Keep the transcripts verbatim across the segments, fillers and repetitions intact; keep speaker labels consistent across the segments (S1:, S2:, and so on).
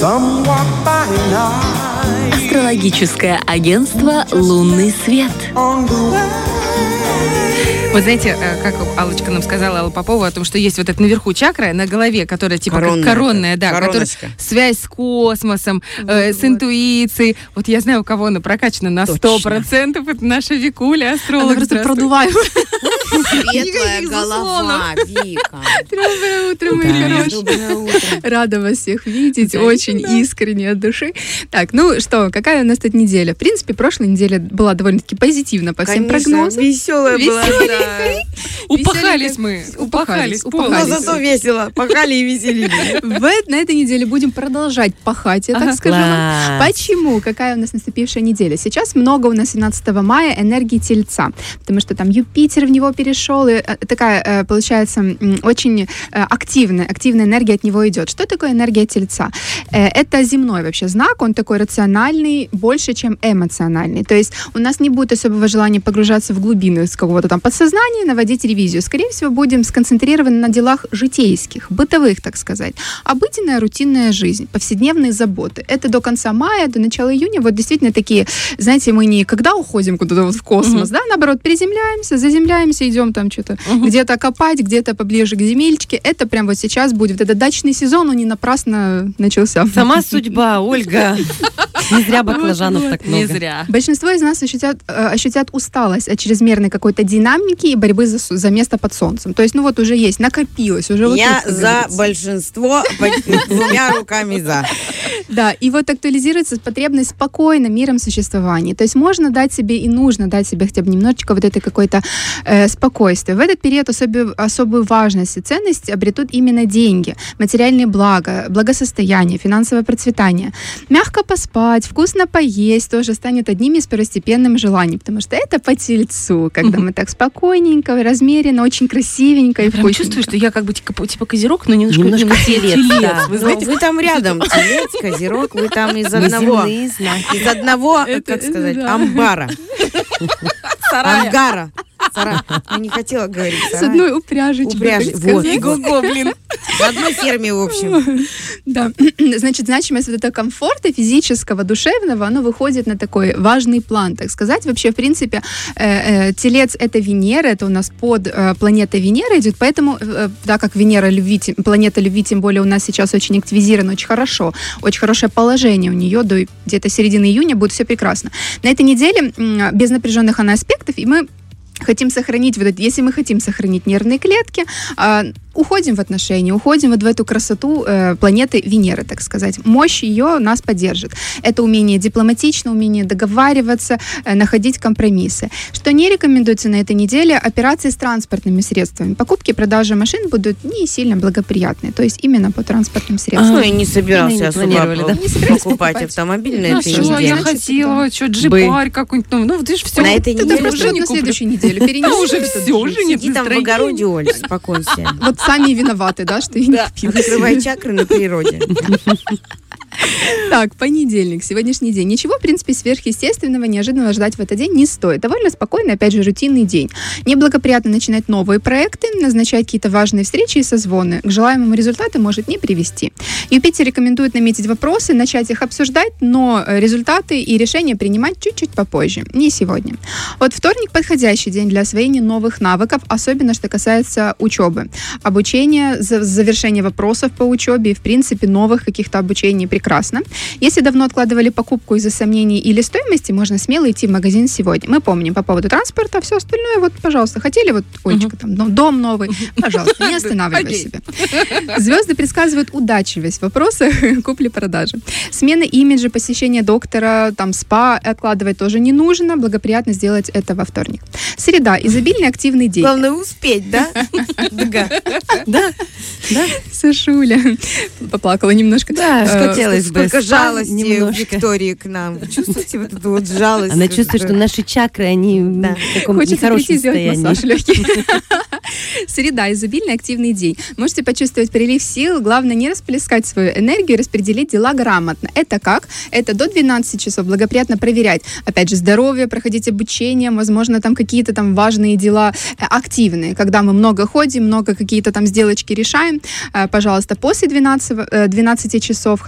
S1: Астрологическое агентство «Лунный свет».
S2: Вот знаете, как Аллочка нам сказала, Алла Попова, о том, что есть вот это наверху чакра на голове, которая типа коронная, как коронная, да, которая связь с космосом, вот, э, с вот. интуицией. Вот я знаю, у кого она прокачана на сто процентов. Это наша Викуля, астролог.
S3: Она просто продувает.
S4: Светлая голова, Вика.
S3: Доброе утро, мои хорошие. Рада вас всех видеть, очень искренне от души. Так, ну что, какая у нас тут неделя? В принципе, прошлая неделя была довольно-таки позитивна по всем прогнозам.
S4: Веселая была.
S2: Упахались мы.
S3: Упахались.
S4: Но зато весело. Пахали и веселились.
S3: На этой неделе будем продолжать пахать, я так скажу вам. Почему? Какая у нас наступившая неделя? Сейчас много у нас семнадцатого мая энергии Тельца, потому что там Юпитер в него перешел, и такая, получается, очень активная, активная энергия от него идет. Что такое энергия Тельца? Это земной вообще знак, он такой рациональный, больше, чем эмоциональный. То есть у нас не будет особого желания погружаться в глубины с какого-то там подсознания, наводить ревизию. Скорее всего, будем сконцентрированы на делах житейских, бытовых, так сказать. Обыденная, рутинная жизнь, повседневные заботы. Это до конца мая, до начала июня. Вот действительно такие, знаете, мы не когда уходим куда-то вот в космос, uh-huh. да, наоборот, приземляемся, заземляемся, идем там что-то uh-huh. где-то копать, где-то поближе к земельчике. Это прям вот сейчас будет. Вот этот дачный сезон, он не напрасно начался.
S4: Сама судьба, Ольга. Не зря баклажанов так много.
S2: Не зря.
S3: Большинство из нас ощутят, ощутят усталость от чрезмерной какой-то динамики и борьбы за, за место под солнцем. То есть, ну вот уже есть, накопилось. Уже вот
S4: Я
S3: тут,
S4: за
S3: говорится.
S4: Большинство двумя руками за.
S3: Да, и вот актуализируется потребность в спокойном, миром существовании. То есть можно дать себе и нужно дать себе хотя бы немножечко вот этой какой-то э, спокойствия. В этот период особую, особую важность и ценность обретут именно деньги, материальные блага, благосостояние, финансовое процветание. Мягко поспать, вкусно поесть тоже станет одним из первостепенных желаний, потому что это по Тельцу, когда мы так спокойненько, размеренно, очень красивенько и вкусненько.
S2: Я чувствую, что я как бы типа, типа козерог, но немножко,
S4: немножко
S2: немножко
S4: телец.
S2: телец.
S4: Да.
S2: Вы,
S4: знаете, вы там рядом, телец, козерог, вы там из одного, из одного, это, как сказать, да. амбара.
S2: Сарая.
S4: Ангара. Сара. Я не хотела говорить.
S3: Сарай. С одной упряжечкой.
S4: Упряжи. Вот.
S2: Ого, блин.
S4: В одной ферме, в общем.
S3: Да. Значит, значимость вот этого комфорта физического, душевного, оно выходит на такой важный план, так сказать. Вообще, в принципе, э, э, Телец — это Венера, это у нас под э, планетой Венера идет, поэтому, э, так как Венера любви, тем, планета любви, тем более у нас сейчас очень активизирована, очень хорошо, очень хорошее положение у нее, до где-то середины июня будет все прекрасно. На этой неделе э, без напряженных она аспектов, и мы хотим сохранить, вот это, если мы хотим сохранить нервные клетки, э, уходим в отношения, уходим вот в эту красоту э, планеты Венеры, так сказать. Мощь ее нас поддержит. Это умение дипломатично, умение договариваться, э, находить компромиссы. Что не рекомендуется на этой неделе, операции с транспортными средствами. Покупки и продажи машин будут не сильно благоприятные, то есть именно по транспортным средствам.
S4: Ну, я не собирался особо
S2: да?
S4: не собираюсь покупать автомобиль на этой
S2: что,
S4: неделе.
S2: Я хотела, что, джипарь какой-нибудь, ну, ну, вот видишь, все.
S4: На этой неделе
S3: уже на следующей неделе перенеси.
S2: Уже все, уже нет
S4: Иди там в огороде, Оль, успокойся.
S3: Вот сами виноваты, да, что я не купила.
S4: Открывай чакры на природе.
S3: Так, понедельник, сегодняшний день. Ничего, в принципе, сверхъестественного, неожиданного ждать в этот день не стоит. Довольно спокойный, опять же, рутинный день. Неблагоприятно начинать новые проекты, назначать какие-то важные встречи и созвоны. К желаемому результату может не привести. Юпитер рекомендует наметить вопросы, начать их обсуждать, но результаты и решения принимать чуть-чуть попозже, не сегодня. Вот вторник — подходящий день для освоения новых навыков, особенно что касается учебы. Обучение, завершение вопросов по учебе и, в принципе, новых каких-то обучений прекрасно. Если давно откладывали покупку из-за сомнений или стоимости, можно смело идти в магазин сегодня. Мы помним по поводу транспорта, все остальное, вот, пожалуйста, хотели, вот, Олечка, uh-huh. там, дом новый, пожалуйста, не останавливай себя. Звезды предсказывают удачливость в вопросах купли-продажи. Смена имиджа, посещение доктора, там, спа откладывать тоже не нужно, благоприятно сделать это во вторник. Среда, изобильный активный день.
S4: Главное успеть, да? Да. Да. Да.
S3: Сашуля поплакала немножко.
S4: Да, хотелось бы. Сколько жалости
S1: немножко.
S4: Виктории к нам. Вы чувствуете вот эту вот жалость?
S1: Она чувствует, что наши чакры, они да. в таком нехорошем состоянии.
S3: Среда, изобильный активный день. Можете почувствовать прилив сил. Главное не расплескать свою энергию, распределить дела грамотно. Это как? Это до двенадцати часов благоприятно проверять. Опять же, здоровье, проходить обучение, возможно, там какие-то там важные дела активные. Когда мы много ходим, много какие-то там сделочки решаем, пожалуйста, после двенадцати, двенадцати часов хорошо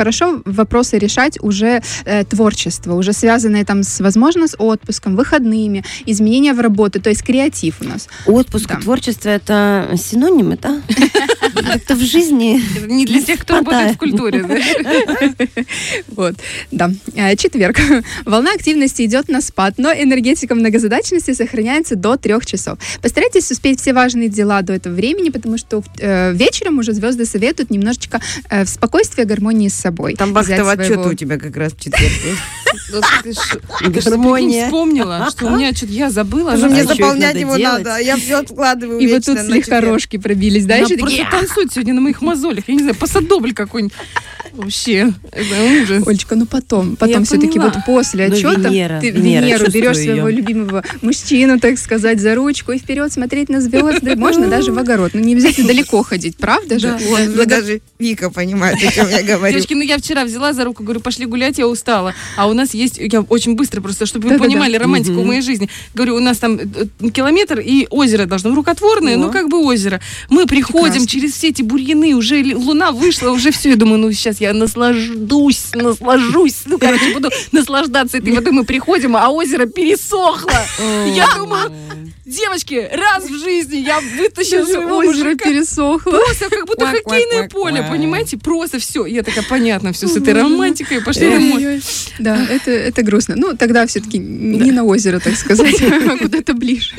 S3: вопросы решать уже э, творчество, уже связанное там с, возможно, с отпуском, выходными, изменения в работе, то есть креатив у нас.
S1: Отпуск и творчество — это синонимы, да? Это в жизни
S2: не для тех, кто работает в культуре.
S3: Вот, да. Четверг. Волна активности идет на спад, но энергетика многозадачности сохраняется до трех часов. Постарайтесь успеть все важные дела до этого времени, потому что э, вечером уже звезды советуют немножечко э, в спокойствии, гармонии с собой.
S4: Там бахтовый отчет у тебя как раз в четверг.
S2: Гармония. Вспомнила, что у меня что-то я забыла.
S4: Мне заполнять его надо, я все откладываю.
S3: И вот тут слегка рожки пробились, да?
S2: Она просто танцует сегодня на моих мозолях. Я не знаю, пасадобль какой-нибудь. Вообще, это ужас.
S3: Олечка, ну потом, потом все-таки вот после отчета
S1: Венера,
S3: ты
S1: Венера,
S3: Венеру берешь
S1: ее.
S3: своего любимого мужчину, так сказать, за ручку и вперед смотреть на звезды. Можно даже в огород. Ну, не обязательно далеко ходить, правда же?
S4: Да, даже Вика понимает, о чем я говорю.
S2: Девочки, ну я вчера взяла за руку, говорю, пошли гулять, я устала. А у нас есть, я очень быстро просто, чтобы вы понимали романтику в моей жизни. Говорю, у нас там километр и озеро должно, рукотворное, ну как бы озеро. Мы приходим через все эти бурьяны, уже луна вышла, уже все. Я думаю, ну сейчас я наслаждусь, наслажусь. Ну, короче, буду наслаждаться этой водой. Мы приходим, а озеро пересохло. Я думаю, девочки, раз в жизни я вытащила своего
S3: озеро
S2: мужика.
S3: пересохло.
S2: Просто как будто хоккейное поле, понимаете? Просто все. Я такая, понятно, все с этой романтикой. Пошли домой.
S3: Да, это, это грустно. Ну, тогда все-таки не на озеро, так сказать, а куда-то ближе.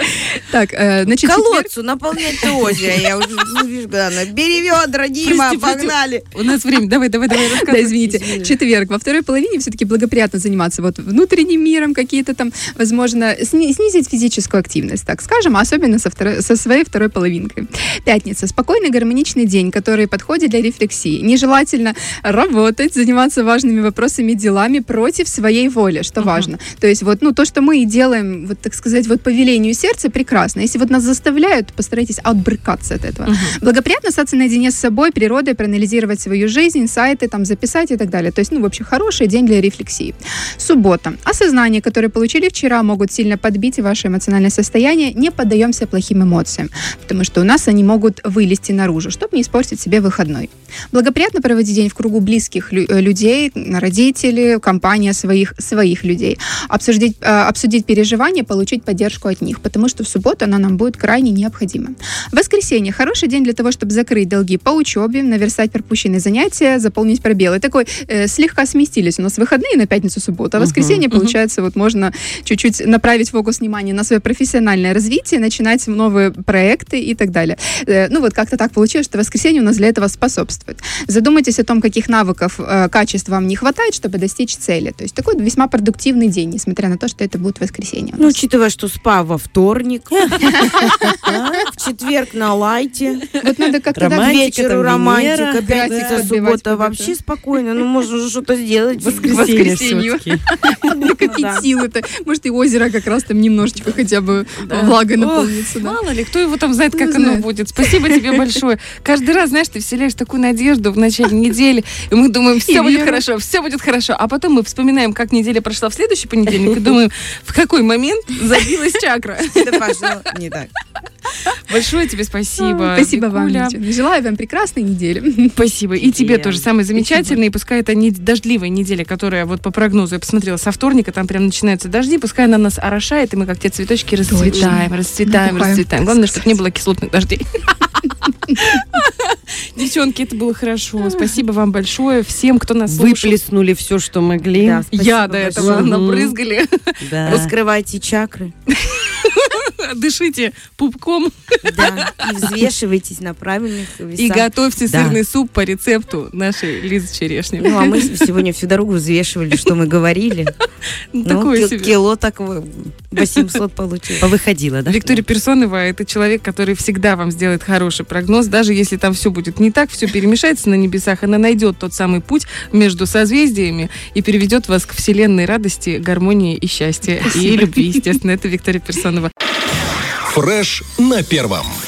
S3: Так, значит,
S4: колодцу наполнять то озеро. Я уже вижу, куда она. Бери ведра, Дима, погнали.
S2: У нас время. Давай, давай, давай, рассказывай.
S3: Да, извините. Извините. Четверг. Во второй половине все-таки благоприятно заниматься вот внутренним миром, какие-то там, возможно, сни- снизить физическую активность, так скажем, особенно со, второй, со своей второй половинкой. Пятница. Спокойный, гармоничный день, который подходит для рефлексии. Нежелательно работать, заниматься важными вопросами, делами против своей воли, что uh-huh. важно. То есть вот, ну, то, что мы делаем, вот, так сказать, вот по велению сердца, прекрасно. Если вот нас заставляют, постарайтесь отбрыкаться от этого. Uh-huh. Благоприятно остаться наедине с собой, природой, проанализировать свою жизнь, сайты, там, записать и так далее. То есть, ну, вообще, хороший день для рефлексии. Суббота. Осознания, которые получили вчера, могут сильно подбить ваше эмоциональное состояние. Не поддаемся плохим эмоциям, потому что у нас они могут вылезти наружу, чтобы не испортить себе выходной. Благоприятно проводить день в кругу близких лю- людей, родителей, компания своих, своих людей. Обсудить, э, обсудить переживания, получить поддержку от них, потому что в субботу она нам будет крайне необходима. Воскресенье. Хороший день для того, чтобы закрыть долги по учебе, наверстать пропущенные занятия, заполнить пробелы. Такой э, слегка сместились у нас выходные на пятницу-субботу, а в воскресенье, uh-huh, получается, uh-huh. вот можно чуть-чуть направить фокус внимания на свое профессиональное развитие, начинать новые проекты и так далее. Э, ну вот как-то так получилось, что воскресенье у нас для этого способствует. Задумайтесь о том, каких навыков, э, качеств вам не хватает, чтобы достичь цели. То есть такой весьма продуктивный день, несмотря на то, что это будет воскресенье.
S4: Ну, учитывая, что спа во вторник, в четверг на лайте.
S3: Вот надо как-то
S4: к вечеру романтика, пятница, суббота вообще спокойно. Ну, можно же что-то сделать.
S3: Воскресенье. Накопить силы-то. Может, и озеро как раз там немножечко хотя бы влагой наполнится.
S2: Мало ли, кто его там знает, как оно будет. Спасибо тебе большое. Каждый раз, знаешь, ты вселяешь такую надежду в начале недели, и мы думаем, все будет хорошо, все будет хорошо. А потом мы вспоминаем, как неделя прошла в следующий понедельник, и думаем, в какой момент забилась чакра.
S4: Это пошло не так.
S2: Большое тебе спасибо.
S3: Спасибо вам, девчонки. Желаю вам прекрасной недели.
S2: Спасибо. И тебе тоже самое замечательное. И пускай это не дождливая неделя, которая вот по прогнозу, я посмотрела, со вторника там прям начинаются дожди, пускай она нас орошает, и мы как те цветочки расцветаем, расцветаем, расцветаем. Главное, чтобы не было кислотных дождей. Девчонки, это было хорошо. Спасибо вам большое. Всем, кто нас слушал.
S1: Выплеснули все, что могли.
S2: Да, я до этого набрызгали.
S4: Да. Раскрывайте чакры.
S2: Дышите пупком.
S4: Да, и взвешивайтесь на правильных весах.
S2: И готовьте да. сырный суп по рецепту нашей Лизы Черешневой.
S4: Ну, а мы сегодня всю дорогу взвешивали, что мы говорили.
S2: Ну, такое
S4: себе. Кило так восемьсот получилось.
S1: Повыходило, да?
S2: Виктория Персонова — это человек, который всегда вам сделает хороший прогноз. Даже если там все будет не так, все перемешается на небесах, она найдет тот самый путь между созвездиями и переведет вас к вселенной радости, гармонии и счастья. И любви, естественно. Это Виктория Персонова.
S5: Фреш на первом.